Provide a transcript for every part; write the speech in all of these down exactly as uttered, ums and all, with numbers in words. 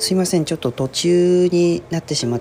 すいません、ちょっと途中になってしまって、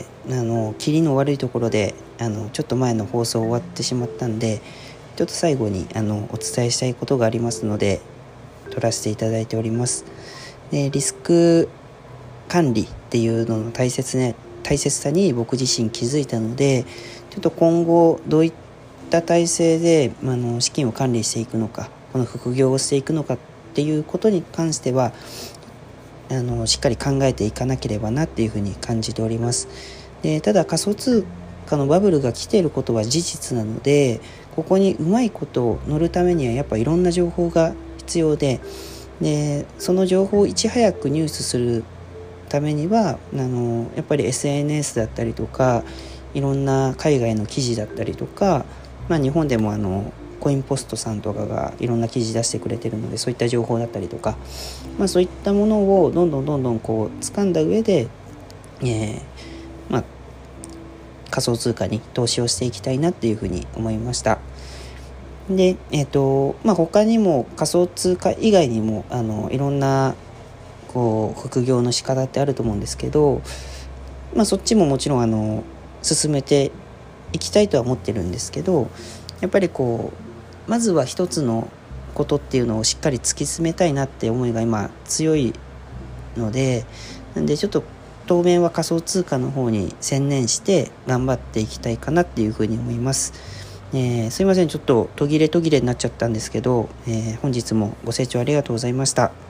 あの切りの悪いところであのちょっと前の放送終わってしまったんで、ちょっと最後にあのお伝えしたいことがありますので取らせていただいております。でリスク管理っていうのの大切、ね、大切さに僕自身気づいたので、ちょっと今後どういった体制であの資金を管理していくのか、この副業をしていくのかっていうことに関してはあのしっかり考えていかなければなっていうふうに感じております。でただ仮想通貨のバブルが来ていることは事実なので、ここにうまいことを乗るためにはやっぱいろんな情報が必要で、でその情報をいち早く入手するためにはあのやっぱり エスエヌエス だったりとか、いろんな海外の記事だったりとか、まあ、日本でもあのコインポストさんとかがいろんな記事出してくれてるので、そういった情報だったりとか、まあ、そういったものをどんどんどんどんこう掴んだ上で、えーまあ、仮想通貨に投資をしていきたいなっていうふうに思いました。で、えーとまあ、他にも仮想通貨以外にもあのいろんなこう副業の仕方ってあると思うんですけど、まあ、そっちももちろんあの進めていきたいとは思ってるんですけど、やっぱりこうまずは一つのことっていうのをしっかり突き詰めたいなって思いが今強いので、なんでちょっと当面は仮想通貨の方に専念して頑張っていきたいかなっていうふうに思います。えー、すいません、ちょっと途切れ途切れになっちゃったんですけど、えー、本日もご清聴ありがとうございました。